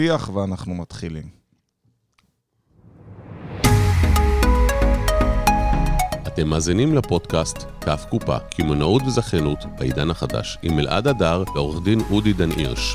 ואנחנו מתחילים. אתם מאזינים לפודקאסט כף קופה, קמעונאות וזכיינות בעידן החדש, עם אלעד הדר ועורך דין אודי דן הירש.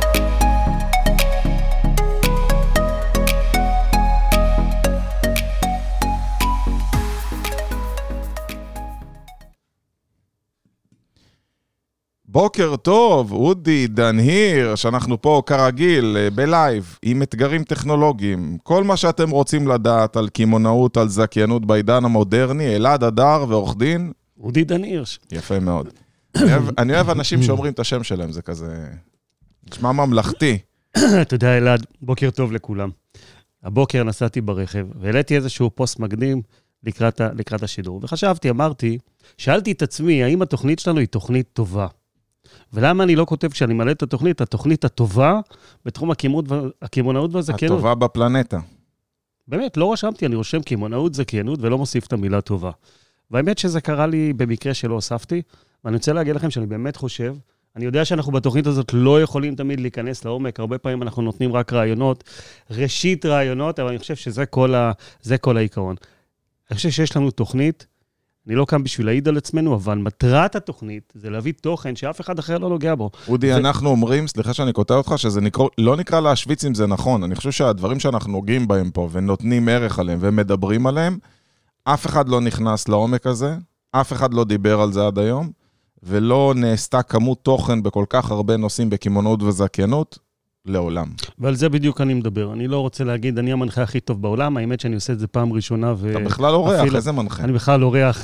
בוקר טוב, אודי דן הירש, שאנחנו פה כרגיל בלייב עם אתגרים טכנולוגיים. כל מה שאתם רוצים לדעת על קמעונאות, על זכיינות בעידן המודרני, אלעד הדר ועורך דין אודי דן הירש. יפה מאוד. אני אוהב אנשים שאומרים את השם שלהם, זה כזה נשמע ממלכתי. תודה אלעד, בוקר טוב לכולם. הבוקר נסעתי ברכב והעליתי איזשהו פוסט מקדים לקראת השידור, וחשבתי, אמרתי, שאלתי את עצמי, האם התוכנית שלנו היא תוכנית טובה? ולמה אני לא כותב כשאני מעלה את התוכנית הטובה, בתחום הקמעונאות והזכיינות? הטובה בפלנטה. באמת, לא רשמתי, אני רושם קמעונאות, זכיינות, ולא מוסיף את המילה טובה. והאמת שזה קרה לי במקרה שלא הוספתי, ואני רוצה להגיד לכם שאני באמת חושב, אני יודע שאנחנו בתוכנית הזאת לא יכולים תמיד להיכנס לעומק, הרבה פעמים אנחנו נותנים רק רעיונות, ראשית רעיונות, אבל אני חושב שזה כל העיקרון. אני חושב שיש לנו תוכנית, אני לא קם בשביל להעיד על עצמנו, אבל מטרת התוכנית זה להביא תוכן שאף אחד אחר לא נוגע בו. אודי, אנחנו אומרים, סליחה שאני קוטע אותך, שזה לא נקרא להשוויץ אם זה נכון. אני חושב שהדברים שאנחנו נוגעים בהם פה, ונותנים ערך עליהם, ומדברים עליהם, אף אחד לא נכנס לעומק הזה, אף אחד לא דיבר על זה עד היום, ולא נעשתה כמות תוכן בכל כך הרבה נושאים בקמעונאות וזכיינות, לעולם. ועל זה בדיוק אני מדבר. אני לא רוצה להגיד, אני המנחה הכי טוב בעולם, האמת שאני עושה את זה פעם ראשונה. אתה בכלל אורח, איזה מנחה? אני בכלל אורח,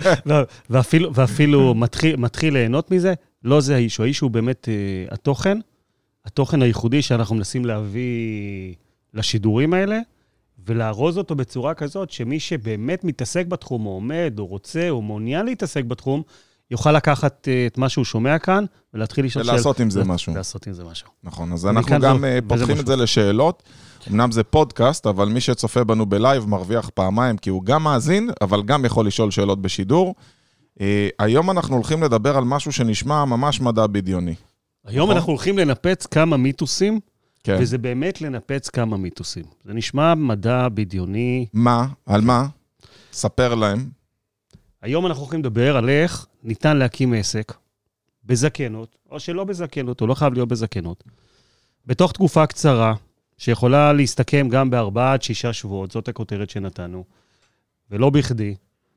ואפילו מתחיל ליהנות מזה. לא זה האיש, האיש הוא באמת התוכן הייחודי שאנחנו מנסים להביא לשידורים האלה, ולארוז אותו בצורה כזאת, שמי שבאמת מתעסק בתחום, או עומד, או רוצה, או מעוניין להתעסק בתחום, יוכל לקחת את מה שהוא שומע כאן, ולהתחיל לשאול שאלות. ולעשות עם זה משהו. לעשות עם זה משהו. נכון, אז אנחנו גם פותחים את זה לשאלות. אמנם זה פודקאסט, אבל מי שצופה בנו בלייב מרוויח פעמיים, כי הוא גם מאזין, אבל גם יכול לשאול שאלות בשידור. היום אנחנו הולכים לדבר על משהו שנשמע ממש מדע בדיוני. היום אנחנו הולכים לנפץ כמה מיתוסים, וזה באמת לנפץ כמה מיתוסים. זה נשמע מדע בדיוני. מה? על מה? ספר להם. היום אנחנו הולכים לדבר על איך ניתן להקים עסק בזכיינות, או שלא בזכיינות, או לא חייב להיות בזכיינות, בתוך תקופה קצרה, שיכולה להסתכם גם ב4 עד 6 שבועות, זאת הכותרת שנתנו, ולא בכדי,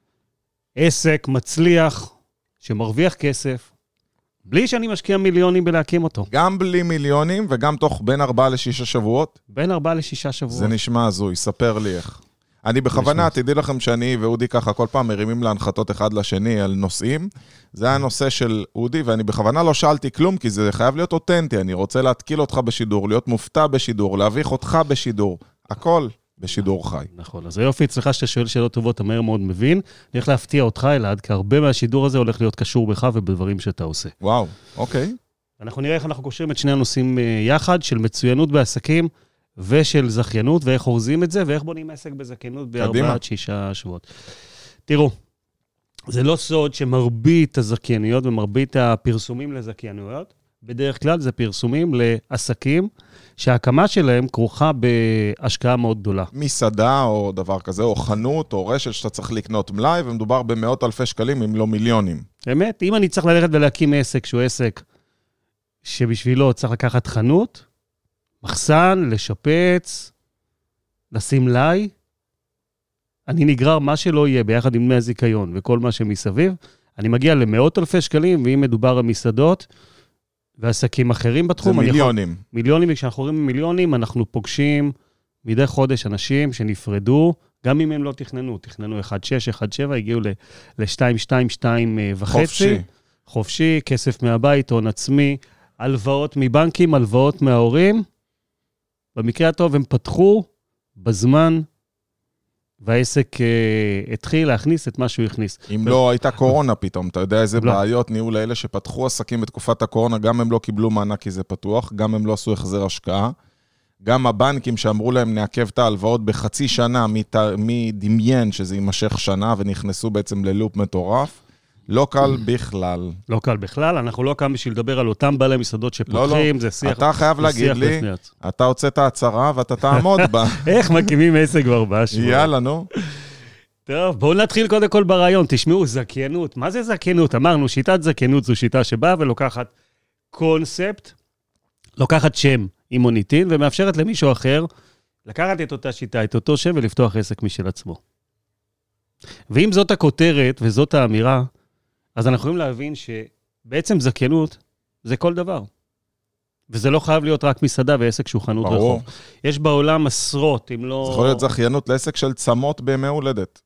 עסק מצליח, שמרוויח כסף, בלי שאני משקיע מיליונים בלהקים אותו. גם בלי מיליונים, וגם תוך בין 4 ל-6 שבועות? בין 4 ל-6 שבועות. זה נשמע הזוי, ספר לי איך. אני בכוונה, תדעי לכם שאני ואודי ככה כל פעם מרימים להנחתות אחד לשני על נושאים. זה היה נושא של אודי, ואני בכוונה לא שאלתי כלום, כי זה חייב להיות אותנטי. אני רוצה להתקיל אותך בשידור, להיות מופתע בשידור, להביך אותך בשידור. הכל בשידור חי. נכון, אז היופי, אצלך שאתה שואל שאלות טובות, אתה מהר מאוד מבין. אני הולך להפתיע אותך, אלעד, כי הרבה מהשידור הזה הולך להיות קשור בך ובדברים שאתה עושה. וואו, אוקיי. אנחנו נראה איך אנחנו קושרים את שני הנושאים יחד, של מצוינות בעסקים, ושל זכיינות, ואיך אורזים את זה, ואיך בונים עסק בזכיינות ב4 עד 6 שבועות. תראו, זה לא סוד שמרבית הזכיינויות ומרבית הפרסומים לזכיינויות, בדרך כלל זה פרסומים לעסקים, שההקמה שלהם כרוכה בהשקעה מאוד גדולה. מסעדה או דבר כזה, או חנות, או רשת שאתה צריך לקנות מלאי, ומדובר במאות אלפי שקלים, אם לא מיליונים. באמת, אם אני צריך ללכת ולהקים עסק, שהוא עסק שבשבילו צריך לקחת חנות, מחסן, לשפץ, לשים לי, אני נגרר מה שלא יהיה ביחד עם דמי הזיכיון וכל מה שמסביב, אני מגיע למאות אלפי שקלים, ואם מדובר על מסעדות ועסקים אחרים בתחום, זה מיליונים. מיליונים, וכשאנחנו רואים מיליונים, אנחנו פוגשים מדי חודש אנשים שנפרדו, גם אם הם לא תכננו 1.6, 1.7, הגיעו ל-2.2.5. חופשי, כסף מהבית, הון עצמי, הלוואות מבנקים, הלוואות מההורים, במקרה הטוב הם פתחו בזמן, והעסק התחיל להכניס את מה שהוא הכניס. אם לא הייתה קורונה פתאום, אתה יודע איזה בעיות נהיו לאלה שפתחו עסקים בתקופת הקורונה, גם הם לא קיבלו מענק כי זה פתוח, גם הם לא עשו החזר השקעה, גם הבנקים שאמרו להם נעכב את ההלוואות בחצי שנה, מדמיין שזה יימשך שנה, ונכנסו בעצם ללופ מטורף, לא קל בכלל. לא קל בכלל, אנחנו לא כאן בשביל לדבר על אותם בעלי מסעדות שפותחים, זה שיח. אתה חייב להגיד לי, אתה הוצאת הצהרה ואתה תעמוד בה. איך מקימים עסק כבר שבוע? יאללה, נו. טוב, בואו נתחיל קודם כל ברעיון. תשמעו, זכיינות. מה זה זכיינות? אמרנו, שיטת זכיינות זו שיטה שבאה ולוקחת קונספט, לוקחת שם עם מוניטין, ומאפשרת למישהו אחר לקחת את אותה שיטה, את אותו שם, ולפתוח עסק משל עצמו. ואם זאת הכותרת וזאת האמירה, אז אנחנו יכולים להבין שבעצם זכיינות זה כל דבר. וזה לא חייב להיות רק מסעדה ועסק שהוא חנות רחוב. יש בעולם עשרות, אם לא... זה יכול להיות זכיינות לעסק של צמות בימי הולדת.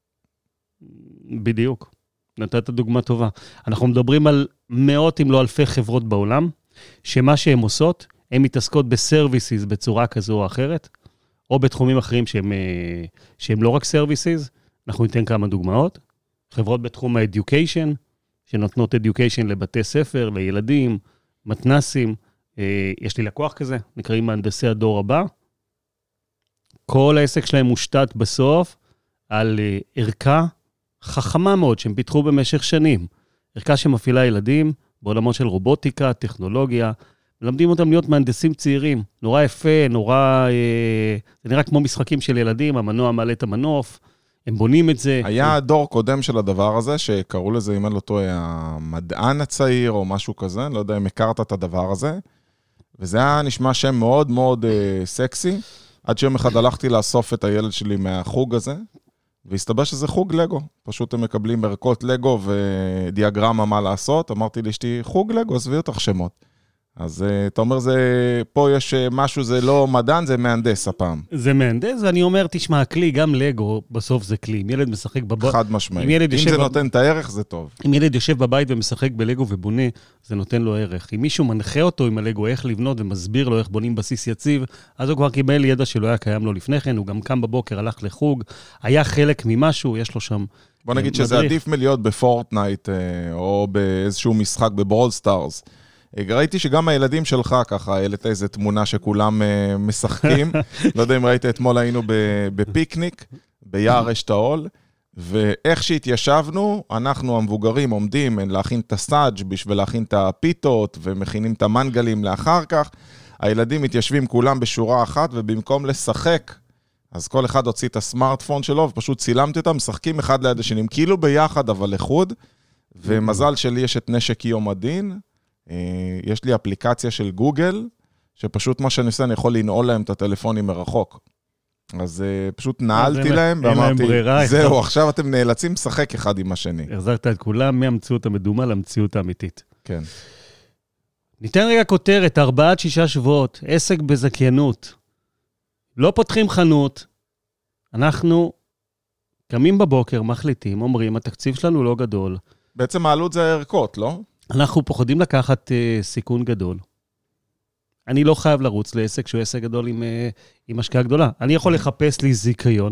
בדיוק. נתת דוגמה טובה. אנחנו מדברים על מאות אם לא אלפי חברות בעולם, שמה שהן עושות, הן מתעסקות בסרוויסיז בצורה כזו או אחרת, או בתחומים אחרים שהם לא רק סרוויסיז. אנחנו ניתן כמה דוגמאות. חברות בתחום ה-education, שנותנות education לבתי ספר, לילדים, מתנסים. יש לי לקוח כזה, נקראים מהנדסי הדור הבא. כל העסק שלהם מושתת בסוף על ערכה חכמה מאוד, שהם פיתחו במשך שנים. ערכה שמפעילה ילדים בעולמות של רובוטיקה, טכנולוגיה, מלמדים אותם להיות מהנדסים צעירים. נורא יפה, זה נראה כמו משחקים של ילדים, המנוע מעלה את המנוף, הם בונים את זה. היה דור קודם של הדבר הזה, שקראו לזה, אם אני לא טועה, המדען הצעיר או משהו כזה, אני לא יודע אם הכרת את הדבר הזה, וזה היה נשמע שם מאוד מאוד סקסי, עד שיום אחד הלכתי לאסוף את הילד שלי מהחוג הזה, והסתבר שזה חוג לגו. פשוט הם מקבלים ערכות לגו ודיאגרמה מה לעשות. אמרתי לאשתי, חוג לגו, עזבי אותך שמות. אז אתה אומר, פה יש משהו, זה לא מדען, זה מהנדס הפעם. זה מהנדס, ואני אומר, תשמע, הכלי, גם לגו, בסוף זה כלי. אם ילד משחק בבית... חד משמעי. אם זה נותן את הערך, זה טוב. אם ילד יושב בבית ומשחק בלגו ובונה, זה נותן לו ערך. אם מישהו מנחה אותו עם הלגו, איך לבנות ומסביר לו איך בונים בסיס יציב, אז הוא כבר קיבל ידע שלא היה קיים לו לפני כן, הוא גם קם בבוקר, הלך לחוג, היה חלק ממשהו, יש לו שם... בוא נגיד שזה עדיף מלהיות בפורטנייט, או באיזשהו משחק בברול סטארס. ראיתי שגם הילדים שלך ככה, העלית איזו תמונה שכולם משחקים. לא יודע אם ראית, אתמול היינו בפיקניק, ביער אשתאול, ואיך שהתיישבנו, אנחנו המבוגרים עומדים להכין את הסאג' בשביל להכין את הפיתות, ומכינים את המנגלים לאחר כך. הילדים מתיישבים כולם בשורה אחת, ובמקום לשחק, אז כל אחד הוציא את הסמארטפון שלו, ופשוט צילמתי אותם, משחקים אחד ליד השנים, כאילו ביחד, אבל לחוד, ומזל שלי יש את נשק יום הדין, יש לי אפליקציה של גוגל, שפשוט מה שאני עושה, אני יכול לנעול להם את הטלפונים מרחוק. אז פשוט נעלתי להם, ואמרתי, זהו, עכשיו אתם נאלצים לשחק אחד עם השני. החזרת את כולם מהמציאות המדומה למציאות האמיתית. כן. ניתן רגע כותרת, 4-6 שבועות, עסק בזכיינות. לא פותחים חנות, אנחנו קמים בבוקר, מחליטים, אומרים, התקציב שלנו לא גדול. בעצם העלות זה הערכות, לא? אנחנו פוחדים לקחת סיכון גדול. אני לא חייב לרוץ לעסק שהוא עסק גדול עם השקעה גדולה. אני יכול לחפש לי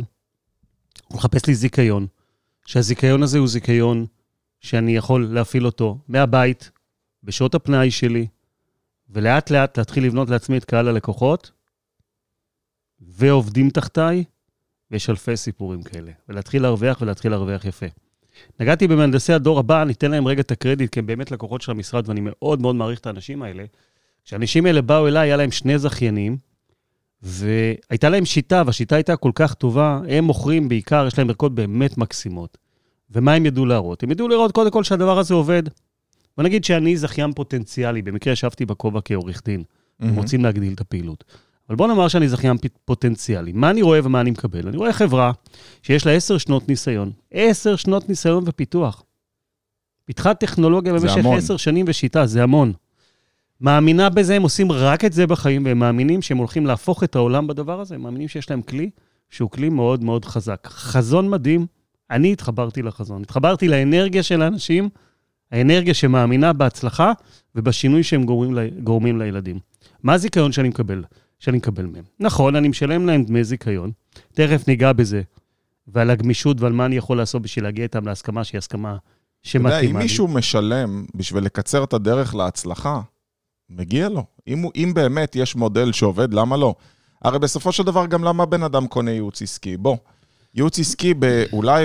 זיכיון, שהזיכיון הזה הוא זיכיון שאני יכול להפעיל אותו מהבית, בשעות הפנאי שלי, ולאט לאט להתחיל לבנות לעצמי את קהל הלקוחות, ועובדים תחתיי, ויש אלפי סיפורים כאלה. ולהתחיל להרוויח יפה. נגעתי במהנדסי הדור הבא, ניתן להם רגע את הקרדיט, כי הם באמת לקוחות של המשרד, ואני מאוד מאוד מעריך את האנשים האלה. כשאנשים האלה באו אליי, היה להם 2 זכיינים, והייתה להם שיטה, והשיטה הייתה כל כך טובה, הם מוכרים בעיקר, יש להם ערכות באמת מקסימות. ומה הם ידעו להראות? הם ידעו לראות קודם כל שהדבר הזה עובד. ונגיד שאני זכיין פוטנציאלי, במקרה ישבתי בכובע כעורך דין, הם רוצים להגדיל את הפעילות. אבל בוא נאמר שאני זכיין פוטנציאלי. מה אני רואה ומה אני מקבל? אני רואה חברה שיש לה 10 שנות ניסיון. 10 שנות ניסיון ופיתוח. פיתחה טכנולוגיה במשך 10 שנים ושיטה, זה המון. מאמינה בזה, הם עושים רק את זה בחיים, והם מאמינים שהם הולכים להפוך את העולם בדבר הזה, הם מאמינים שיש להם כלי, שהוא כלי מאוד מאוד חזק. חזון מדהים, אני התחברתי לחזון. התחברתי לאנרגיה של האנשים, האנרגיה שמאמינה בהצלחה, ובשינוי שהם גורמים לילדים. מה הזיכיון שאני מקבל מהם? נכון, אני משלם להם דמי זיכיון, תכף ניגע בזה, ועל הגמישות ועל מה אני יכול לעשות בשביל להגיע איתם להסכמה שהיא הסכמה שמתאימה. אתה יודע, אם מישהו משלם בשביל לקצר את הדרך להצלחה, מגיע לו. אם באמת יש מודל שעובד, למה לא? הרי בסופו של דבר גם למה בן אדם קונה ייעוץ עסקי? בוא, ייעוץ עסקי אולי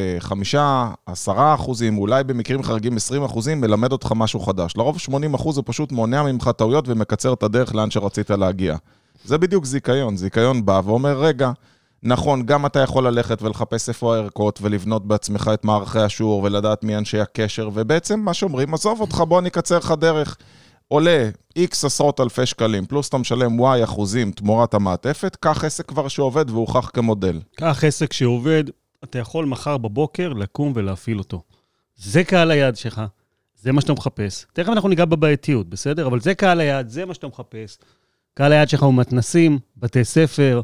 ב5-10%, אולי במקרים חריגים 20%, מלמד אותך משהו חדש. לרוב 80% הוא פשוט מונע ממך טעויות ומקצר את הדרך לאן שרצית להגיע. זה בדיוק זיקיון. זיקיון בא ואומר, רגע, נכון, גם אתה יכול ללכת ולחפש איפה הערכות ולבנות בעצמך את מערכי השיעור ולדעת מי אנשי הקשר, ובעצם מה שאומרים, עזוב אותך, בוא נקצר לך דרך. עולה X עשרות אלפי שקלים, פלוס אתה משלם Y אחוזים תמורת המעטפת, כך עסק כבר שעובד והוכח כמודל. כך עסק שעובד, אתה יכול מחר בבוקר לקום ולהפעיל אותו. זה קהל היעד שלך, זה מה שאתה מחפש. תכף אנחנו ניגע בבעייתיות, בסדר? אבל זה קהל היעד, זה מה שאתה מחפש. קהל היעד שלך הוא מתנסים, בתי ספר,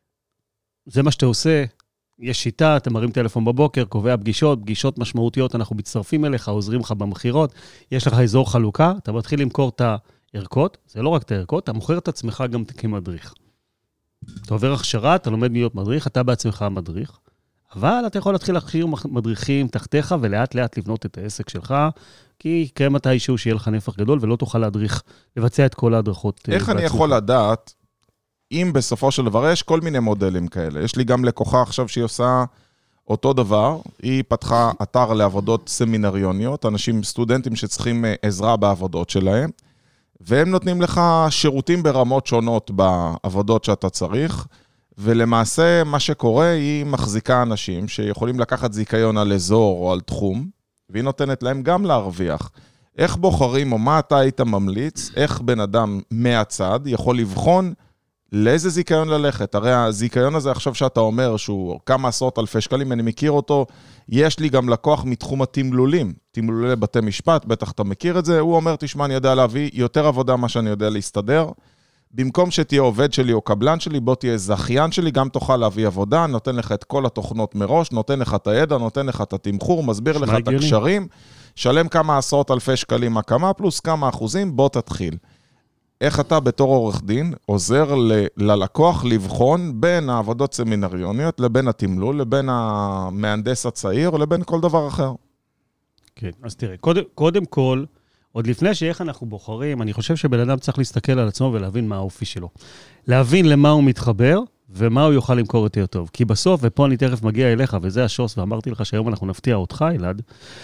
זה מה שאתה עושה. יש שיטה, אתה מרים טלפון בבוקר, קובע פגישות משמעותיות, אנחנו מצטרפים אליך, עוזרים לך במחירות, יש לך אזור חלוקה, אתה מתחיל למכור את הערכות, זה לא רק את הערכות, אתה מוכר את עצמך גם כמדריך. אתה עובר הכשרה, אתה לומד להיות מדריך, אתה בעצמך המדריך, אבל אתה יכול להתחיל להכשיר מדריכים תחתיך, ולאט לאט לבנות את העסק שלך, כי יקרה מתישהו שיהיה לך נפח גדול, ולא תוכל לבצע את כל ההדרכות. איך אני יכול לדעת, אם בסופו של דבר יש כל מיני מודלים כאלה, יש לי גם לקוחה עכשיו שהיא עושה אותו דבר, היא פתחה אתר לעבודות סמינריוניות, אנשים, סטודנטים שצריכים עזרה בעבודות שלהם, והם נותנים לך שירותים ברמות שונות בעבודות שאתה צריך, ולמעשה מה שקורה, היא מחזיקה אנשים שיכולים לקחת זיקיון על אזור או על תחום, והיא נותנת להם גם להרוויח. איך בוחרים או מה אתה היית ממליץ, איך בן אדם מהצד יכול לבחון לאיזה זיקיון ללכת? הרי הזיקיון הזה עכשיו שאתה אומר שהוא כמה עשרות אלפי שקלים, אני מכיר אותו, יש לי גם לקוח מתחום התמלולים, תמלולי בתי משפט, בטח אתה מכיר את זה, הוא אומר, תשמע, אני יודע להביא יותר עבודה מה שאני יודע להסתדר, במקום שתהיה עובד שלי או קבלן שלי, בוא תהיה זכיין שלי, גם תוכל להביא עבודה, נותן לך את כל התוכנות מראש, נותן לך את הידע, נותן לך את התמחור, מסביר לך את הקשרים, שלם כמה עשרות אלפי שקלים הקמה, פלוס כמה אחוזים, בוא תתחיל. איך אתה בתור עורך דין עוזר ללקוח לבחון בין העבודות סמינריוניות, לבין התמלול, לבין המהנדס הצעיר, או לבין כל דבר אחר? כן, אז תראה, קודם כל, עוד לפני שאיך אנחנו בוחרים, אני חושב שבן אדם צריך להסתכל על עצמו ולהבין מה האופי שלו. להבין למה הוא מתחבר, ומה הוא יוכל למכור יותר טוב. כי בסוף, ופה אני תכף מגיע אליך, וזה השוס, ואמרתי לך שהיום אנחנו נפתיע אותך, אלעד,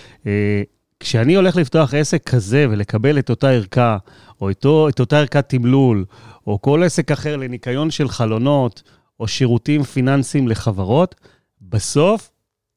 כשאני הולך לפתוח עסק כזה ולקבל את אותה ערכה, או את אותה ערכת תמלול, או כל עסק אחר לניקיון של חלונות, או שירותים פיננסיים לחברות, בסוף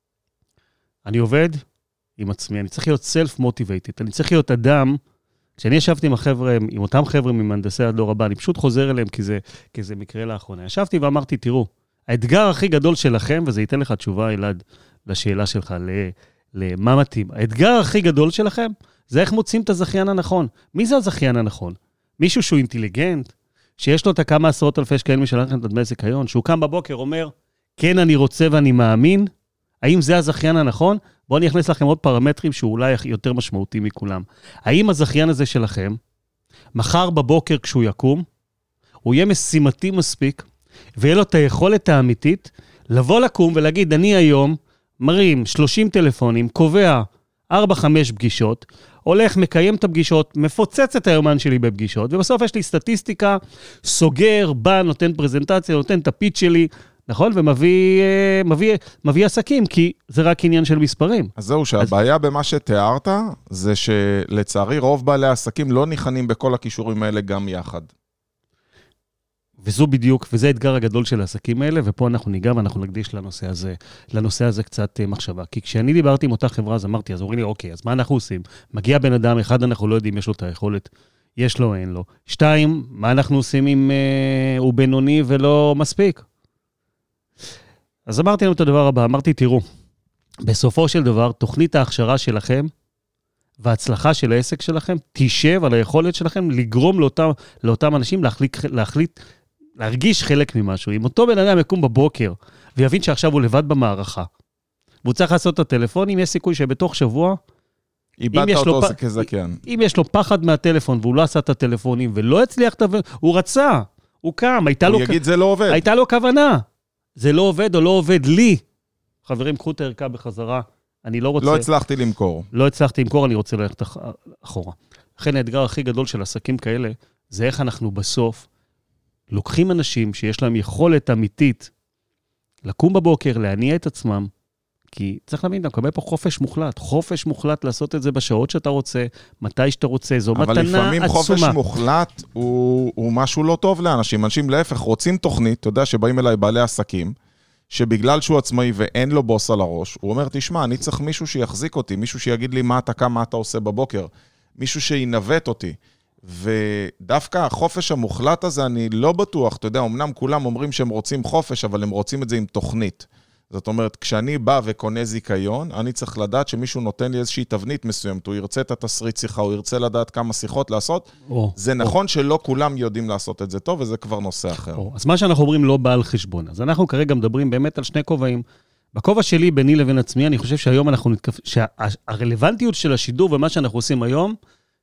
אני עובד עם עצמי, אני צריך להיות self-motivated, אני צריך להיות אדם, כשאני ישבתי עם אותם חבר'ה ממהנדסי הדור הבא, אני פשוט חוזר אליהם כי זה מקרה לאחרונה. ישבתי ואמרתי, תראו, האתגר הכי גדול שלכם, וזה ייתן לך תשובה, אלעד, לשאלה שלך, למה מתאים. האתגר הכי גדול שלכם, זה איך מוצאים את הזכיין הנכון. מי זה הזכיין הנכון? מישהו שהוא אינטליגנט, שיש לו את כמה עשרות אלפי שקלים משלם לכם את דמי זיכיון, שהוא קם בבוקר אומר, כן, אני רוצה ואני מאמין, האם זה הזכיין הנכון? בואו אני אכנס לכם עוד פרמטרים שהוא אולי יותר משמעותי מכולם. האם הזכיין הזה שלכם, מחר בבוקר כשהוא יקום, הוא יהיה משימתי מספיק, ויהיה לו את היכולת האמיתית, לבוא לקום ולהגיד, אני היום מרים 30 טלפונים, קובע 4-5 פגישות, הולך, מקיים את הפגישות, מפוצץ את היומן שלי בפגישות, ובסוף יש לי סטטיסטיקה, סוגר, בא, נותן פרזנטציה, נותן את הפיץ שלי, נכון? ומביא עסקים, כי זה רק עניין של מספרים. אז זהו, שהבעיה במה שתיארת, זה שלצערי רוב בעלי העסקים לא ניחנים בכל הכישורים האלה גם יחד. וזו בדיוק, וזה האתגר הגדול של העסקים האלה, ופה אנחנו ניגע ואנחנו נקדיש לנושא הזה קצת מחשבה. כי כשאני דיברתי עם אותה חברה, אז אמרתי, אז אומרים לי, אוקיי, אז מה אנחנו עושים? מגיע בן אדם, אחד אנחנו לא יודעים, יש לו את היכולת, יש לו, אין לו. 2, מה אנחנו עושים אם הוא בינוני ולא מספיק? אז אמרתי לנו את הדבר הבא, אמרתי, תראו, בסופו של דבר, תוכנית ההכשרה שלכם, וההצלחה של העסק שלכם, תישב על היכולת שלכם לגרום לאותם אנשים להרגיש חלק ממשהו. אם אותו בן אדם יקום בבוקר, ויבין שעכשיו הוא לבד במערכה, והוא צריך לעשות את הטלפונים, יש סיכוי שבתוך שבוע, איבדת אותו כזכיין. אם יש לו פחד מהטלפון, והוא לא עשה את הטלפונים, ולא הצליח, הוא רצה, הוא קם, הוא יגיד, זה לא עובד. הייתה לו כוונה. זה לא עובד או לא עובד לי. חברים, קחו את הערכה בחזרה. אני לא רוצה... לא הצלחתי למכור. לא הצלחתי למכור, אני רוצה ללכת אחורה. לכן האתגר הכי גדול של עסקים כאלה, זה איך אנחנו בסוף לוקחים אנשים שיש להם יכולת אמיתית לקום בבוקר, להניע את עצמם, כי צריך להבין, אתה מקבל פה חופש מוחלט לעשות את זה בשעות שאתה רוצה, מתי שאתה רוצה, זו מתנה עצומה. אבל לפעמים חופש מוחלט הוא משהו לא טוב לאנשים. אנשים להפך רוצים תוכנית, אתה יודע שבאים אליי בעלי עסקים, שבגלל שהוא עצמאי ואין לו בוס על הראש, הוא אומר, תשמע, אני צריך מישהו שיחזיק אותי, מישהו שיגיד לי מה אתה קם, מה אתה עושה בבוקר, מישהו שינווט אותי. ודווקא החופש המוחלט הזה, אני לא בטוח, אתה יודע, אמנם כולם אומרים שהם רוצים חופש, אבל הם רוצים את זה עם תוכנית. זאת אומרת, כשאני בא וקונה זיקיון, אני צריך לדעת שמישהו נותן לי איזושהי תבנית מסוימת, הוא ירצה את התסריט שיחה, הוא ירצה לדעת כמה שיחות לעשות. זה נכון שלא כולם יודעים לעשות את זה טוב, וזה כבר נושא אחר. אז מה שאנחנו אומרים לא בא על חשבון. אז אנחנו כרגע מדברים באמת על שני כובעים. בכובע שלי, ביני לבין עצמי, אני חושב שהיום אנחנו שהרלוונטיות של השידור ומה שאנחנו עושים היום,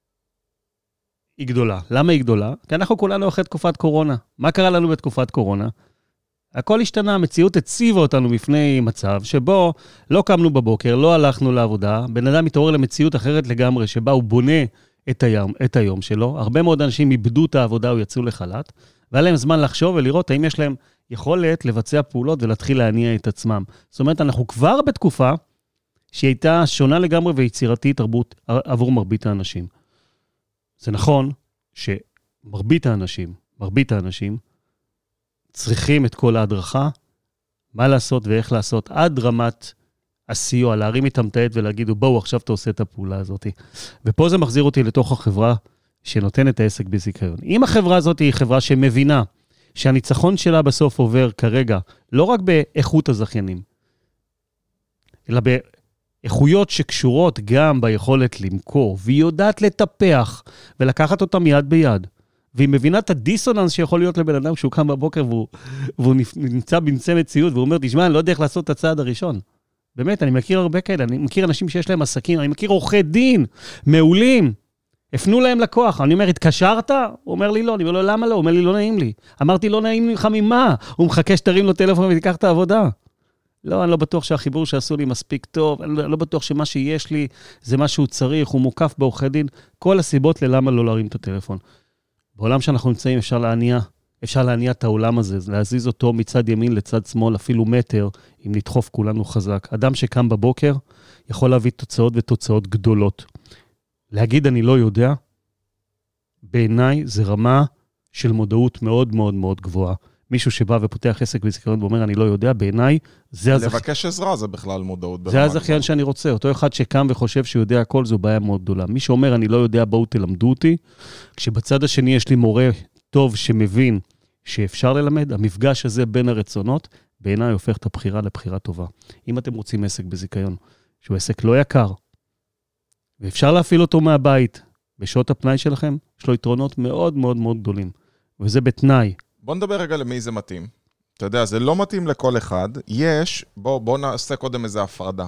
היא גדולה. למה היא גדולה? כי אנחנו כולנו אחרי תקופת קורונה. מה קרה לנו בתקופת קורונה? הכל השתנה, המציאות הציבה אותנו בפני מצב שבו לא קמנו בבוקר, לא הלכנו לעבודה, בן אדם מתעורר למציאות אחרת לגמרי, שבה הוא בונה את היום שלו. הרבה מאוד אנשים איבדו את העבודה או יצאו לחל"ת, והיה להם זמן לחשוב ולראות האם יש להם יכולת לבצע פעולות ולהתחיל להניע את עצמם. זאת אומרת, אנחנו כבר בתקופה שהיא הייתה שונה לגמרי ויצירתית עבור מרבית האנשים. זה נכון שמרבית האנשים צריכים את כל ההדרכה, מה לעשות ואיך לעשות, עד רמת הסיוע, להרים איתם את העט ולהגידו, בואו, עכשיו אתה עושה את הפעולה הזאת. ופה זה מחזיר אותי לתוך החברה שנותנת העסק בזיקיון. אם החברה הזאת היא חברה שמבינה שהניצחון שלה בסוף עובר כרגע, לא רק באיכות הזכיינים, אלא באיכויות שקשורות גם ביכולת למכור, והיא יודעת לטפח ולקחת אותם יד ביד. והיא מבינה את הדיסוננס שיכול להיות לבן אדם כשהוא קם בבוקר והוא נמצא במצא מציאות, והוא אומר, תשמע, אני לא יודע איך לעשות את הצעד הראשון. באמת, אני מכיר הרבה כאלה, אני מכיר אנשים שיש להם עסקים, אני מכיר עורכי דין, מעולים, הפנו להם לקוח, אני אומר, התקשרת? הוא אומר לי לא, אני אומר לו, למה לא? הוא אומר לי, לא נעים לי. אמרתי, לא נעים לך ממה? הוא מחכה שתרים לו טלפון ותיקח את העבודה. לא, אני לא בטוח שהחיבור שעשו לי מספיק טוב, אני לא בטוח שמה שיש לי זה מה שהוא צריך, הוא מוקף בעורכי דין, כל הסיבות ללמה לא להרים את הטלפון. בעולם שאנחנו נמצאים אפשר להניע את העולם הזה, להזיז אותו מצד ימין לצד שמאל, אפילו מטר, אם נדחוף כולנו חזק. אדם שקם בבוקר יכול להביא תוצאות ותוצאות גדולות. להגיד אני לא יודע, בעיניי זה רמה של מודעות מאוד מאוד מאוד גבוהה. מישהו שבא ופותח עסק בזיכרון ואומר אני לא יודע, בעיניי זה לבקש עזרה זה בכלל מודעות. זה הזכיין שאני רוצה. אותו אחד שקם וחושב שהוא יודע הכל, זו בעיה מאוד גדולה. מי שאומר אני לא יודע, בואו תלמדו אותי, כשבצד השני יש לי מורה טוב שמבין שאפשר ללמד, המפגש הזה בין הרצונות, בעיניי הופך את הבחירה לבחירה טובה. אם אתם רוצים עסק בזיכיון, שהוא עסק לא יקר, ואפשר להפעיל אותו מהבית, בשעות הפנאי שלכם, יש לו יתרונות מאוד מאוד מאוד גדולים. וזה בתנאי. בוא נדבר רגע למי זה מתאים. אתה יודע, זה לא מתאים לכל אחד. בוא נעשה קודם איזו הפרדה.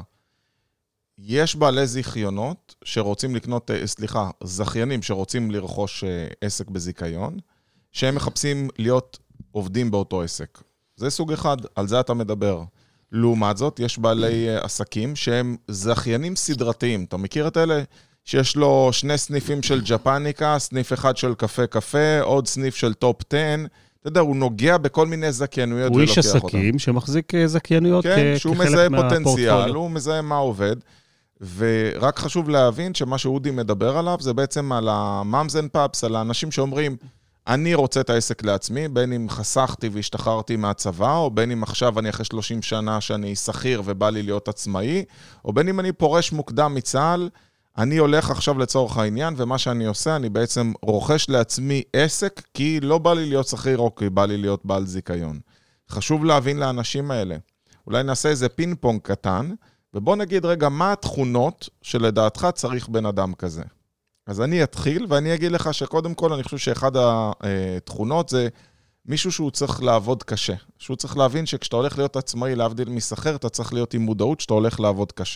יש בעלי זיכיונות שרוצים לקנות, זכיינים שרוצים לרכוש עסק בזיכיון, שהם מחפשים להיות עובדים באותו עסק. זה סוג אחד, על זה אתה מדבר. לעומת זאת, יש בעלי עסקים שהם זכיינים סדרתיים. אתה מכיר את אלה? שיש לו 2 סניפים של ג'פניקה, סניף אחד של קפה, עוד סניף של טופ 10. אתה יודע, הוא נוגע בכל מיני זכיינויות הוא איש עסקים שמחזיק זכיינויות כן, שהוא מזהה פוטנציאל, הוא מזהה מה עובד. ורק חשוב להבין שמה שאודי מדבר עליו, זה בעצם על המאמס אנד פאפס, על האנשים שאומרים, אני רוצה את העסק לעצמי, בין אם חסכתי והשתחררתי מהצבא, או בין אם עכשיו אני אחרי 30 שנה שאני שכיר ובא לי להיות עצמאי, או בין אם אני פורש מוקדם מצה"ל, אני הולך עכשיו לצורך העניין, ומה שאני עושה, אני בעצם רוכש לעצמי עסק, כי לא בא לי להיות שכיר, או כי בא לי להיות בעל זיכיון. חשוב להבין לאנשים האלה. אולי נעשה איזה פינג פונג קטן, ובוא נגיד רגע, מה התכונות שלדעתך צריך בן אדם כזה? אז אני אתחיל, ואני אגיד לך שקודם כל, אני חושב שאחד התכונות זה מישהו שהוא צריך לעבוד קשה. שהוא צריך להבין שכשאתה הולך להיות עצמאי, להבדיל מסחר, אתה צריך להיות עם מודעות שאתה הולך לעבוד קשה.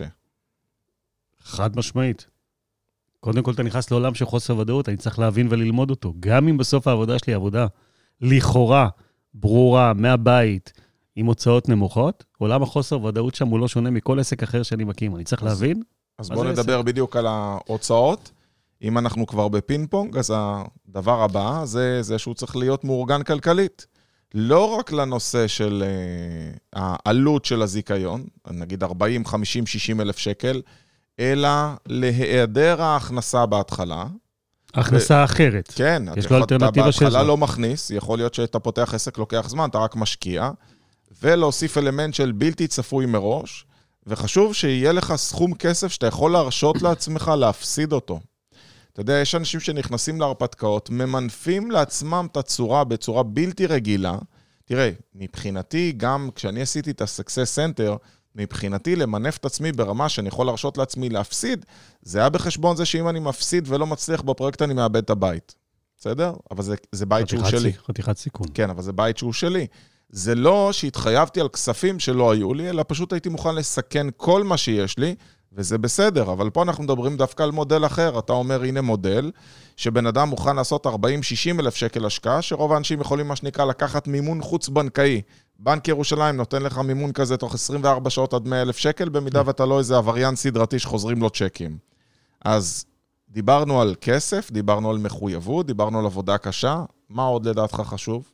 חד משמעית. קודם כל אתה נכנס לעולם של חוסר ודאות, אני צריך להבין וללמוד אותו. גם אם בסוף העבודה שלי עבודה לכאורה, ברורה, מהבית, עם הוצאות נמוכות, עולם החוסר ודאות שם הוא לא שונה מכל עסק אחר שאני מקים. אני צריך להבין. אז בואו נדבר בדיוק על ההוצאות. אם אנחנו כבר בפינג פונג, אז הדבר הבא זה שהוא צריך להיות מאורגן כלכלית. לא רק לנושא של העלות של הזיקיון, נגיד 40, 50, 60 אלף שקל, אלא להיעדר ההכנסה בהתחלה. הכנסה אחרת. כן. יש לו אלטרנטיבה של זה. בהתחלה לא מכניס, יכול להיות שאתה פותח עסק לוקח זמן, אתה רק משקיע, ולהוסיף אלמנט של בלתי צפוי מראש, וחשוב שיהיה לך סכום כסף שאתה יכול להרשות לעצמך להפסיד אותו. אתה יודע, יש אנשים שנכנסים להרפתקאות, ממנפים לעצמם את הצורה בצורה בלתי רגילה. תראה, מבחינתי, גם כשאני עשיתי את ה-Success Center, מבחינתי למנף את עצמי ברמה שאני יכול להרשות לעצמי להפסיד, זה היה בחשבון זה שאם אני מפסיד ולא מצליח בפרויקט, אני מאבד את הבית. בסדר? אבל זה בית שהוא שלי. חתיכת סיכון. כן, אבל זה בית שהוא שלי. זה לא שהתחייבתי על כספים שלא היו לי, אלא פשוט הייתי מוכן לסכן כל מה שיש לי, וזה בסדר. אבל פה אנחנו מדברים דווקא על מודל אחר. אתה אומר, הנה מודל, שבן אדם מוכן לעשות 40-60 אלף שקל השקעה, שרוב האנשים יכולים, מה שנקרא, לקחת מימון חוץ-בנקאי. בנק ירושלים נותן לך מימון כזה תוך 24 שעות עד 100 אלף שקל, במידה ואתה לא איזה עבריין סדרתי שחוזרים לו צ'קים. אז דיברנו על כסף, דיברנו על מחויבות, דיברנו על עבודה קשה. מה עוד לדעתך חשוב?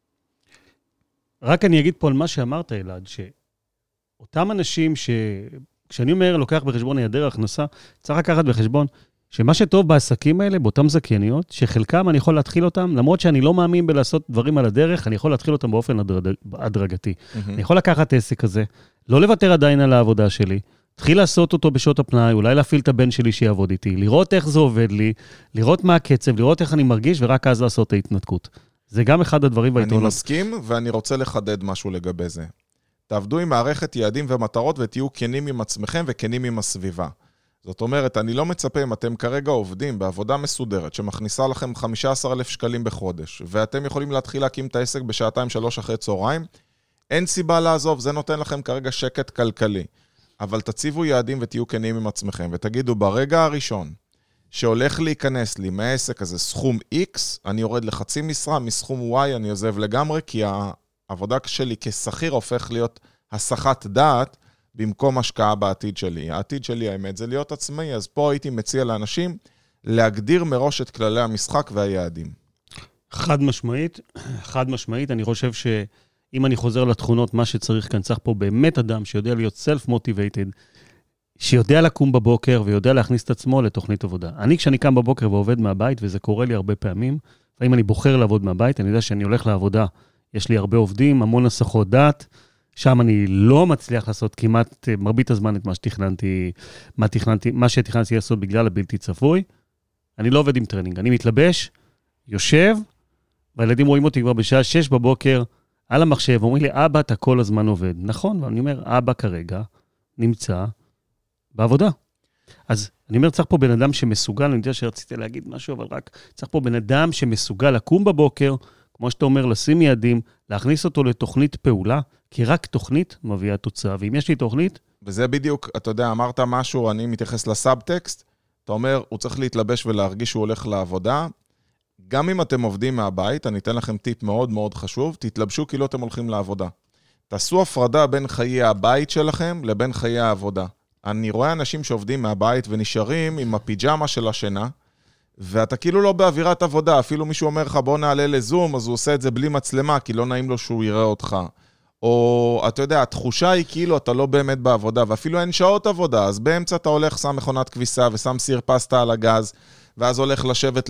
רק אני אגיד פה על מה שאמרת, אלעד, שאותם אנשים כשאני אומר, לוקח בחשבון היעדר הכנסה, צריך לקחת בחשבון שמה שטוב בעסקים האלה, באותם זכייניות, שחלקם אני יכול להתחיל אותם, למרות שאני לא מאמין בלעשות דברים על הדרך, אני יכול להתחיל אותם באופן הדרגתי. אני יכול לקחת עסק הזה, לא לוותר עדיין על העבודה שלי, תחיל לעשות אותו בשעות הפנאי, אולי להפעיל את הבן שלי שיעבוד איתי, לראות איך זה עובד לי, לראות מה הקצב, לראות איך אני מרגיש, ורק אז לעשות את ההתנתקות. זה גם אחד הדברים אני מסכים, ואני רוצה לחדד משהו לגבי זה. תעבדו עם מערכת יעדים ומטרות, ותהיו כנים עם עצמכם וכנים עם הסביבה. זאת אומרת, אני לא מצפה אם אתם כרגע עובדים בעבודה מסודרת, שמכניסה לכם 15,000 שקלים בחודש, ואתם יכולים להתחיל להקים את העסק בשעתיים 3 אחרי צהריים, אין סיבה לעזוב, זה נותן לכם כרגע שקט כלכלי. אבל תציבו יעדים ותהיו כנים עם עצמכם, ותגידו, ברגע הראשון, שהולך להיכנס לי מהעסק הזה סכום X, אני יורד לחצי משרה, מסכום Y אני עוזב לגמרי, כי העבודה שלי כשכיר הופך להיות הסחת דעת, במקום השקעה בעתיד שלי. העתיד שלי, האמת, זה להיות עצמאי, אז פה הייתי מציע לאנשים להגדיר מראש את כללי המשחק והיעדים. חד משמעית, אני חושב שאם אני חוזר לתכונות, מה שצריך כאן, צריך פה באמת אדם שיודע להיות self-motivated, שיודע לקום בבוקר ויודע להכניס את עצמו לתוכנית עבודה. כשאני קם בבוקר ועובד מהבית, וזה קורה לי הרבה פעמים, ואם אני בוחר לעבוד מהבית, אני יודע שאני הולך לעבודה, יש לי הרבה עובדים, המון הסחות דעת, שם אני לא מצליח לעשות כמעט מרבית הזמן את מה שתכננתי לעשות בגלל הבלתי צפוי. אני לא עובד עם טרנינג, אני מתלבש, יושב, והילדים רואים אותי כבר בשעה 6 בבוקר על המחשב, אומרים לי, אבא, אתה כל הזמן עובד. נכון, ואני אומר, אבא כרגע נמצא בעבודה. אז אני אומר, צריך פה בן אדם שמסוגל, אני יודע שרציתי להגיד משהו, אבל רק צריך פה בן אדם שמסוגל לקום בבוקר, כמו שאתה אומר, לשים יעדים, להכניס אותו לתוכנית פעולה, כי רק תוכנית מביאה תוצאה, ואם יש לי תוכנית... וזה בדיוק, אתה יודע, אמרת משהו, אני מתייחס לסאבטקסט, אתה אומר, הוא צריך להתלבש ולהרגיש שהוא הולך לעבודה, גם אם אתם עובדים מהבית, אני אתן לכם טיפ מאוד מאוד חשוב, תתלבשו כאילו אתם הולכים לעבודה. תעשו הפרדה בין חיי הבית שלכם לבין חיי העבודה. אני רואה אנשים שעובדים מהבית ונשארים עם הפיג'מה של השינה, ואתה כאילו לא באווירת עבודה, אפילו מישהו אומר לך בוא נעלה לזום, אז הוא עושה את זה בלי מצלמה, כי לא נעים לו שהוא יראה אותך. או אתה יודע, התחושה היא כאילו אתה לא באמת בעבודה, ואפילו אין שעות עבודה, אז באמצע אתה הולך, שם מכונת כביסה ושם סיר פסטה על הגז, ואז הולך לשבת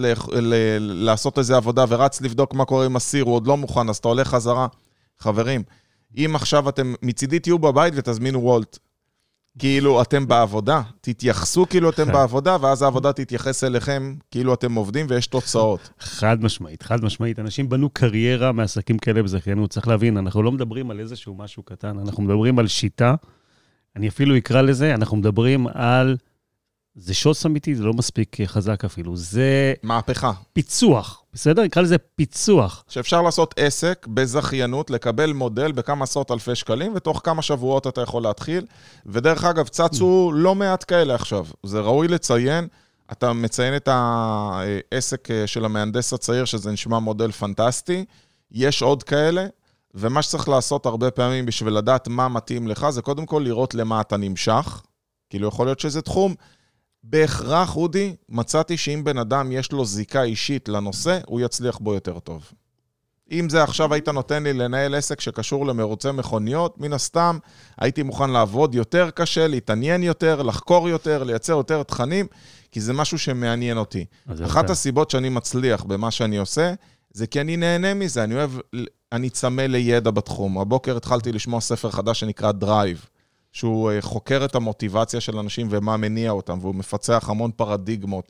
לעשות איזה עבודה, ורץ לבדוק מה קורה עם הסיר, הוא עוד לא מוכן, אז אתה הולך חזרה. חברים, אם עכשיו אתם מצידי תהיו בבית ותזמינו וולט, כאילו אתם בעבודה, תתייחסו כאילו אתם בעבודה, ואז העבודה תתייחס אליכם כאילו אתם עובדים ויש תוצאות. חד משמעית. אנשים בנו קריירה מעסקים כאלה בזכיינות, צריך להבין, אנחנו לא מדברים על איזשהו משהו קטן, אנחנו מדברים על שיטה, אני אפילו אקרא לזה, אנחנו מדברים על, זה שוס אמיתי, זה לא מספיק חזק אפילו, זה... מהפכה. פיצוח, בסדר? נקרא לזה פיצוח. שאפשר לעשות עסק בזכיינות, לקבל מודל בכמה עשרות אלפי שקלים, ותוך כמה שבועות אתה יכול להתחיל, ודרך אגב, צצו לא מעט כאלה עכשיו. זה ראוי לציין, אתה מציין את העסק של המהנדס הצעיר, שזה נשמע מודל פנטסטי, יש עוד כאלה, ומה שצריך לעשות הרבה פעמים בשביל לדעת מה מתאים לך, זה קודם כל לראות למה אתה נמשך, כאילו יכול להיות שזה תחום, בהכרח, אודי, מצאתי שאם בן אדם יש לו זיקה אישית לנושא, הוא יצליח בו יותר טוב. אם זה עכשיו היית נותן לי לנהל עסק שקשור למרוצי מכוניות, מן הסתם הייתי מוכן לעבוד יותר קשה, להתעניין יותר, לחקור יותר, לייצר יותר תכנים, כי זה משהו שמעניין אותי. אחת הסיבות שאני מצליח במה שאני עושה, זה כי אני נהנה מזה, אני צמא לידע בתחום. הבוקר התחלתי לשמוע ספר חדש שנקרא Drive, שהוא חוקר את המוטיבציה של אנשים ומה מניע אותם, והוא מפצח המון פרדיגמות.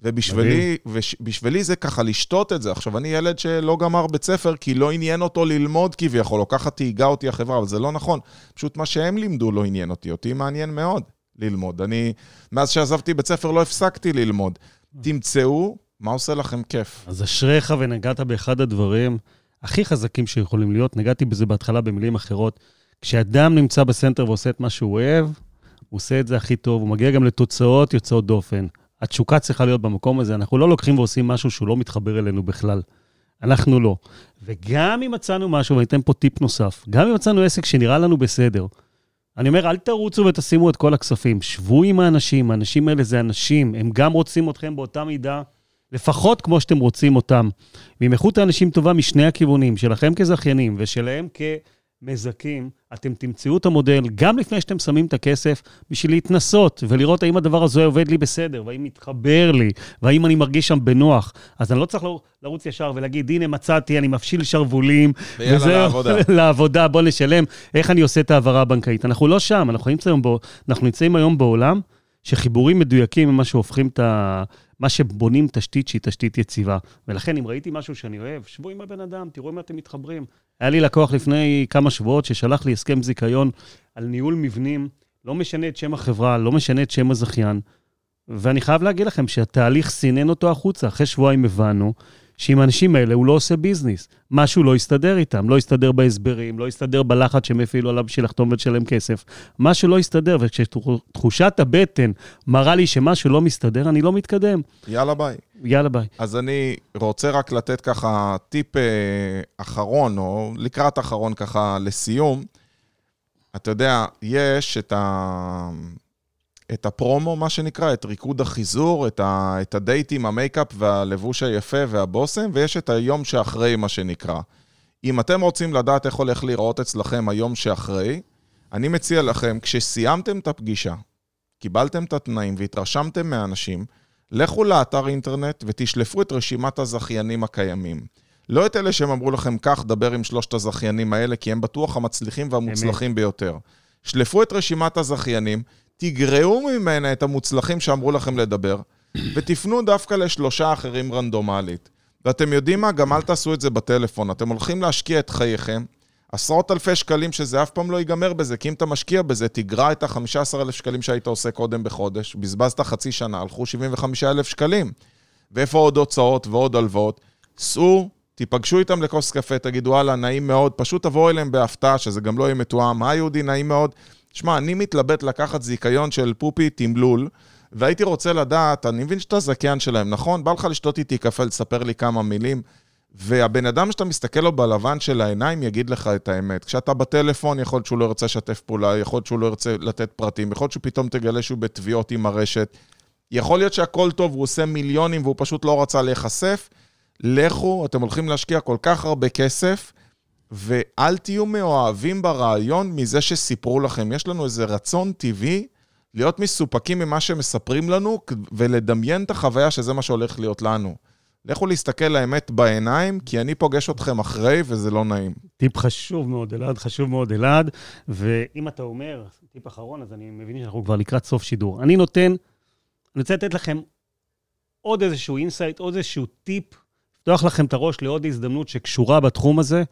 ובשבילי זה ככה לשתות את זה. עכשיו, אני ילד שלא גמר בית ספר, כי לא עניין אותו ללמוד כביכול, או ככה תהיגה אותי החברה, אבל זה לא נכון. פשוט מה שהם לימדו לא עניין אותי. אותי מעניין מאוד ללמוד. מאז שעזבתי בית ספר לא הפסקתי ללמוד. תמצאו מה עושה לכם כיף. אז אשריך ונגעת באחד הדברים הכי חזקים שיכולים להיות. נגעתי בזה בהתחלה במילים אחרות. כשאדם נמצא בסנטר ועושה את מה שהוא אוהב, הוא עושה את זה הכי טוב, הוא מגיע גם לתוצאות יוצאות דופן. התשוקה צריכה להיות במקום הזה, אנחנו לא לוקחים ועושים משהו שהוא לא מתחבר אלינו בכלל. אנחנו לא. וגם אם מצאנו משהו, ואני אתן פה טיפ נוסף, גם אם מצאנו עסק שנראה לנו בסדר, אני אומר, אל תרוצו ותשימו את כל הכספים, שבו עם האנשים, האנשים האלה זה אנשים, הם גם רוצים אתכם באותה מידה, לפחות כמו שאתם רוצים אותם. ועם איכות האנשים טובה משני הכיוונים, שלכם כזכיינים ושלהם כמזקים, אתם תמצאו את המודל גם לפני שאתם שמים את הכסף, בשביל להתנסות ולראות האם הדבר הזה עובד לי בסדר, והאם מתחבר לי, והאם אני מרגיש שם בנוח. אז אני לא צריך לרוץ ישר ולהגיד, הנה מצאתי, אני מפשיל שרוולים, וזהו, לעבודה, בוא נשלם, איך אני עושה את העברה הבנקאית. אנחנו לא שם, אנחנו נמצאים היום בעולם, שחיבורים מדויקים הם מה שהופכים מה שבונים תשתית שהיא תשתית יציבה. ולכן, אם ראיתי משהו שאני אוהב, שבו עם הבן אדם, תראו אם אתם מתחברים. היה לי לקוח לפני כמה שבועות ששלח לי הסכם זיכיון על ניהול מבנים, לא משנה את שם החברה, לא משנה את שם הזכיין, ואני חייב להגיד לכם שהתהליך סינן אותו החוצה, אחרי שבועיים הבנו, שעם האנשים האלה הוא לא עושה ביזנס, משהו לא יסתדר איתם, לא יסתדר בהסברים, לא יסתדר בלחץ שהם הפעילו עליו בשביל לחתום ולשלם כסף, משהו לא יסתדר, וכשתחושת הבטן מראה לי שמשהו לא מסתדר, אני לא מתקדם. יאללה ביי. יאללה ביי. אז אני רוצה רק לתת ככה טיפ אחרון, או לקראת אחרון ככה לסיום. אתה יודע, יש את הפרומו, מה שנקרא, את ריקוד החיזור, את הדייטים, המייקאפ והלבוש היפה והבוסם, ויש את היום שאחרי, מה שנקרא. אם אתם רוצים לדעת איך הולך לראות אצלכם היום שאחרי, אני מציע לכם, כשסיימתם את הפגישה, קיבלתם את התנאים והתרשמתם מהאנשים, לכו לאתר אינטרנט ותשלפו את רשימת הזכיינים הקיימים. לא את אלה שהם אמרו לכם כך, דבר עם 3 הזכיינים האלה, כי הם בטוח המצליחים והמוצלחים ביותר. שלפו את רשימת הזכיינים, תגרעו ממנה את המוצלחים שאמרו לכם לדבר, ותפנו דווקא ל3 אחרים רנדומלית. ואתם יודעים מה? גם אל תעשו את זה בטלפון. אתם הולכים להשקיע את חייכם, עשרות אלפי שקלים שזה אף פעם לא ייגמר בזה, כי אם אתה משקיע בזה, תגרע את ה-15,000 שקלים שהיית עושה קודם בחודש, בזבזת חצי שנה, הלכו 75,000 שקלים. ואיפה עוד הוצאות ועוד הלוואות? סעו, תיפגשו איתם לכוס קפה, תגידו, וואלה, נעים מאוד, פשוט תבואו אליהם בהפתעה, שזה גם לא יהיה מתואם. יהודי, נעים מאוד. תשמע, אני מתלבט לקחת זיכיון של פופי תמלול, והייתי רוצה לדעת, אני מבין שאתה זכיין שלהם, נכון? בא לך לשתות איתי קפה, לספר לי כמה מילים, והבן אדם שאתה מסתכל לו בלבן של העיניים יגיד לך את האמת. כשאתה בטלפון, יכול להיות שהוא לא ירצה לשתף פעולה, יכול להיות שהוא לא ירצה לתת פרטים, יכול להיות שהוא פתאום תגלה שהוא בתביעות עם הרשת, יכול להיות שהכל טוב, הוא עושה מיליונים והוא פשוט לא רצה להיחשף. לכו, אתם הולכים להשקיע כל כך הרבה כסף, ואל תהיו מאוהבים ברעיון מזה שסיפרו לכם. יש לנו איזה רצון טבעי להיות מסופקים ממה שמספרים לנו, ולדמיין את החוויה שזה מה שהולך להיות לנו. לכו להסתכל לאמת בעיניים, כי אני פוגש אתכם אחרי, וזה לא נעים. טיפ חשוב מאוד, אלעד, חשוב מאוד, אלעד. ואם אתה אומר, טיפ אחרון, אז אני מבין שאנחנו כבר לקראת סוף שידור. אני רוצה לתת לכם עוד איזשהו אינסייט, עוד איזשהו טיפ, לפתוח לכם את הראש לעוד הזדמנות שקשורה בתחום הזה,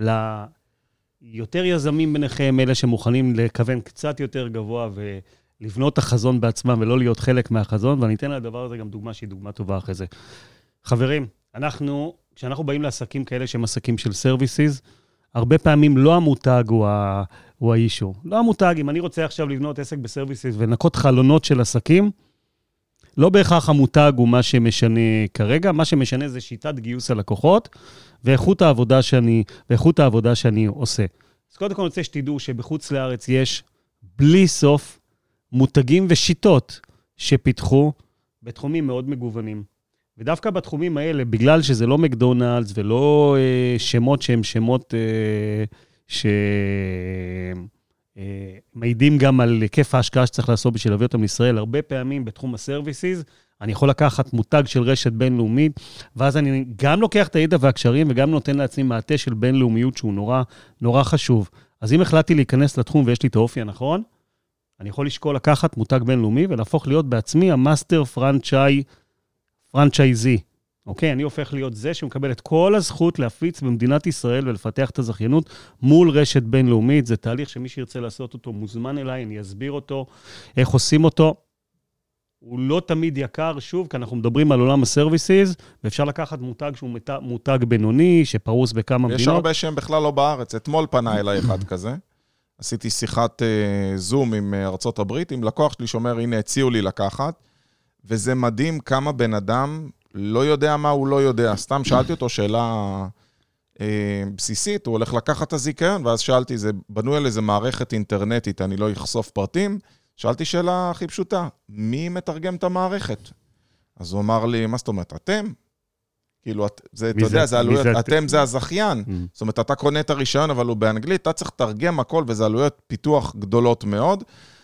ליותר יזמים ביניכם, אלה שמוכנים לכוון קצת יותר גבוה ולבנות את החזון בעצמם ולא להיות חלק מהחזון, ואני אתן לדבר הזה גם דוגמה שהיא דוגמה טובה אחרי זה. חברים, כשאנחנו באים לעסקים כאלה שהם עסקים של סרוויסיז, הרבה פעמים לא המותג הוא האישו. לא המותג, אם אני רוצה עכשיו לבנות עסק בסרוויסיז ונקות חלונות של עסקים, לא בהכרח המותג הוא מה שמשנה כרגע, מה שמשנה זה שיטת גיוס הלקוחות, ואיכות העבודה שאני עושה. אז קודם כל אני רוצה שתדעו שבחוץ לארץ יש בלי סוף מותגים ושיטות שפיתחו בתחומים מאוד מגוונים. ודווקא בתחומים האלה, בגלל שזה לא מקדונלדס ולא שמות שהם שמות שמעידים גם על היקף ההשקעה שצריך לעשות בשביל להביא אותם לישראל, הרבה פעמים בתחום הסרוויסיז, אני יכול לקחת מותג של רשת בינלאומית, ואז אני גם לוקח את הידע והקשרים, וגם נותן לעצמי מעטה של בינלאומיות שהוא נורא, נורא חשוב. אז אם החלטתי להיכנס לתחום ויש לי את האופי הנכון, אני יכול לשקול לקחת מותג בינלאומי, ולהפוך להיות בעצמי המאסטר פרנצ'ייזי. אוקיי? אני הופך להיות זה שמקבל את כל הזכות להפיץ במדינת ישראל ולפתח את הזכיינות מול רשת בינלאומית. זה תהליך שמי שירצה לעשות אותו מוזמן אליי, אני אסביר אותו, איך עושים אותו. הוא לא תמיד יקר, שוב, כי אנחנו מדברים על עולם הסרוויסיז, ואפשר לקחת מותג שהוא מותג בינוני, שפרוס בכמה מדינות. יש הרבה שהם בכלל לא בארץ. אתמול פנה אליי אחד כזה. עשיתי שיחת זום עם ארצות הברית, עם לקוח שלי שאומר, הנה, הציעו לי לקחת, וזה מדהים כמה בן אדם לא יודע מה הוא לא יודע. סתם שאלתי אותו שאלה בסיסית, הוא הולך לקחת את הזיכיון, ואז שאלתי, זה בנוי על איזה מערכת אינטרנטית, אני לא אחשוף פרטים, שאלתי שאלה הכי פשוטה, מי מתרגם את המערכת? אז הוא אמר לי, מה זאת אומרת, אתם? כאילו, אתה יודע, זה עלויות, אתם זה הזכיין. זאת אומרת, אתה קונה את הרישיון, אבל הוא באנגלית, אתה צריך לתרגם הכל, וזה עלויות פיתוח גדולות מאוד,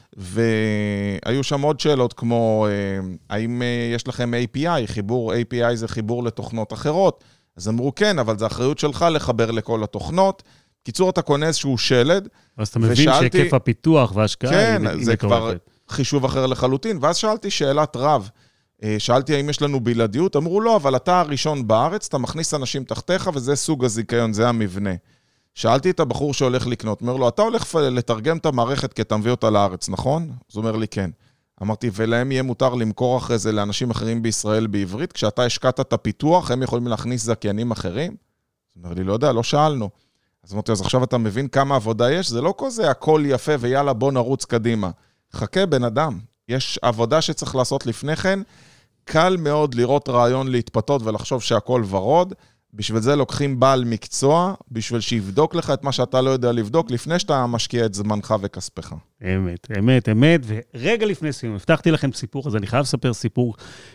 והיו שם עוד שאלות כמו, האם יש לכם API? חיבור API זה חיבור לתוכנות אחרות. אז אמרו, כן, אבל זה אחריות שלך לחבר לכל התוכנות. קיצור, אתה קונה איזשהו שלד. אז אתה מבין שהיקף הפיתוח וההשקעה כן, זה כבר חישוב אחר לחלוטין. ואז שאלתי שאלת רב. שאלתי האם יש לנו בלעדיות. אמרו, לא, אבל אתה הראשון בארץ, אתה מכניס אנשים תחתיך, וזה סוג הזיכיון, זה המבנה. שאלתי את הבחור שהולך לקנות, אומר לו, אתה הולך לתרגם את המערכת כי אתה מביא אותה לארץ, נכון? אז הוא אומר לי, כן. אמרתי, ולהם יהיה מותר למכור אחרי זה לאנשים אחרים בישראל בעברית, כשאתה השקעת את הפיתוח, הם יכולים להכניס זכיינים אחרים? אז הוא אומר לי, לא יודע, לא שאלנו. אז אמרתי, אז עכשיו אתה מבין כמה עבודה יש? זה לא כזה, הכל יפה ויאללה, בוא נרוץ קדימה. חכה בן אדם, יש עבודה שצריך לעשות לפני כן, קל מאוד לראות רעיון להתפתות ולחשוב שהכל ורוד, בשביל זה לוקחים בעל מקצוע, בשביל שיבדוק לך את מה שאתה לא יודע לבדוק, לפני שאתה משקיע את זמנך וכספך. אמת, אמת, אמת, ורגע לפני סיום, הבטחתי לכם סיפור, אז אני חייב לספר סיפור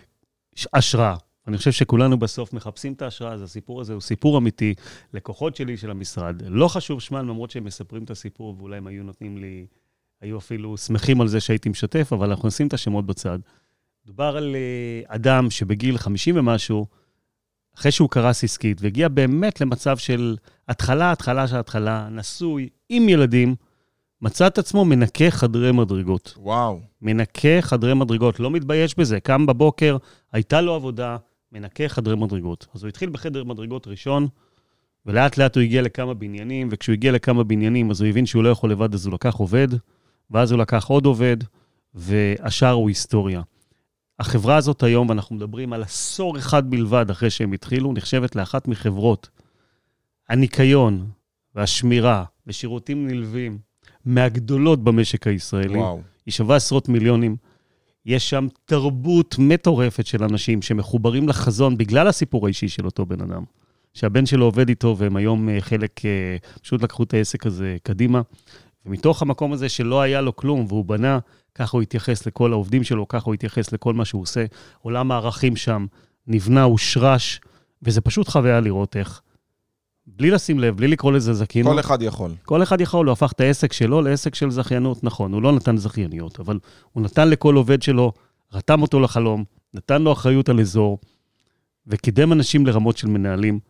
השראה. אני חושב שכולנו בסוף מחפשים את ההשראה, אז הסיפור הזה הוא סיפור אמיתי, לקוחות שלי של המשרד. לא חשוב שמם, למרות שהם מספרים את הסיפור, ואולי הם היו נותנים לי, היו אפילו שמחים על זה שהייתי משתף, אבל אנחנו נשים את השמות בצד. דובר על אדם שבגיל 50 ומשהו, אחרי שהוא קרס עסקית, והגיע באמת למצב של התחלה, נשוי, עם ילדים, מצא את עצמו מנקה חדרי מדרגות. וואו. מנקה חדרי מדרגות, לא מתבייש בזה. קם בבוקר, הייתה לו עבודה, מנקה חדרי מדרגות. אז הוא התחיל בחדר מדרגות ראשון, ולאט לאט הוא הגיע לכמה בניינים, וכשהוא הגיע לכמה בניינים, אז הוא הבין שהוא לא יכול לבד, אז הוא לקח עובד, ואז הוא לקח עוד עובד, והשאר הוא היסטוריה. החברה הזאת היום, ואנחנו מדברים על עשור אחד בלבד אחרי שהם התחילו, נחשבת לאחת מחברות הניקיון והשמירה ושירותים נלווים מהגדולות במשק הישראלי. וואו. היא שווה עשרות מיליונים. יש שם תרבות מטורפת של אנשים שמחוברים לחזון בגלל הסיפור האישי של אותו בן אדם. שהבן שלו עובד איתו, והם היום חלק, פשוט לקחו את העסק הזה קדימה. ומתוך המקום הזה שלא היה לו כלום, והוא בנה, ככה הוא התייחס לכל העובדים שלו, ככה הוא התייחס לכל מה שהוא עושה. עולם הערכים שם נבנה, הושרש, וזה פשוט חוויה לראות איך. בלי לשים לב, בלי לקרוא לזה זכיינות. כל אחד יכול. כל אחד יכול, הוא הפך את העסק שלו לעסק של זכיינות, נכון, הוא לא נתן זכייניות, אבל הוא נתן לכל עובד שלו, רתם אותו לחלום, נתן לו אחריות על אזור, וקידם אנשים לרמות של מנהלים.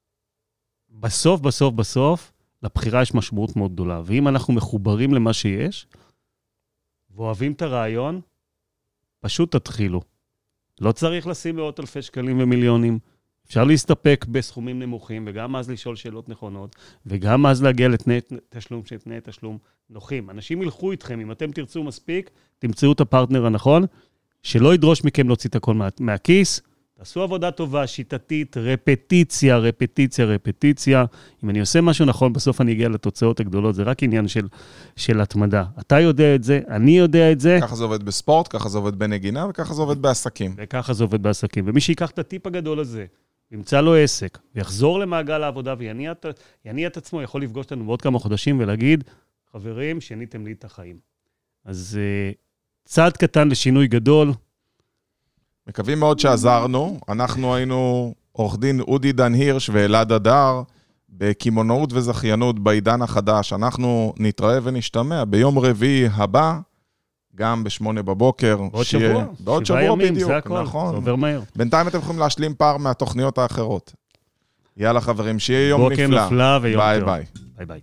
בסוף, לבחירה יש משמעות מאוד גדולה, ואם אנחנו מחוברים למה שיש, ואוהבים את הרעיון, פשוט תתחילו. לא צריך לשים מאות אלפי שקלים ומיליונים, אפשר להסתפק בסכומים נמוכים, וגם אז לשאול שאלות נכונות, וגם אז להגיע לתנאי תשלום, שתנאי תשלום נוחים. אנשים ילכו איתכם, אם אתם תרצו מספיק, תמצאו את הפרטנר הנכון, שלא ידרוש מכם להוציא את הכל מהכיס, תעשו עבודה טובה, שיטתית, רפטיציה. אם אני עושה משהו נכון, בסוף אני אגיע לתוצאות הגדולות, זה רק עניין של התמדה. אתה יודע את זה, אני יודע את זה. ככה זה עובד בספורט, ככה זה עובד בנגינה, וככה זה עובד בעסקים. ומי שיקח את הטיפ הגדול הזה, ימצא לו עסק, ויחזור למעגל העבודה, ויניע את עצמו, יכול לפגוש אותנו בעוד כמה חודשים, ולהגיד, חברים, שיניתם לי את החיים. אז צעד קטן לשינוי גדול, מקווים מאוד שעזרנו. אנחנו היינו עורך דין אודי דן הירש ואלעד אדר, בקימונאות וזכיינות בעידן החדש. אנחנו נתראה ונשתמע ביום רביעי הבא, גם ב8 בבוקר. בעוד שבוע. בעוד שבוע בדיוק, זה הכל, נכון. זה עובר מהר. בינתיים אתם יכולים להשלים פער מהתוכניות האחרות. יאללה חברים, שיהיה יום נפלא. בוקר נפלא ויום טוב. ביי ביי. ביי ביי.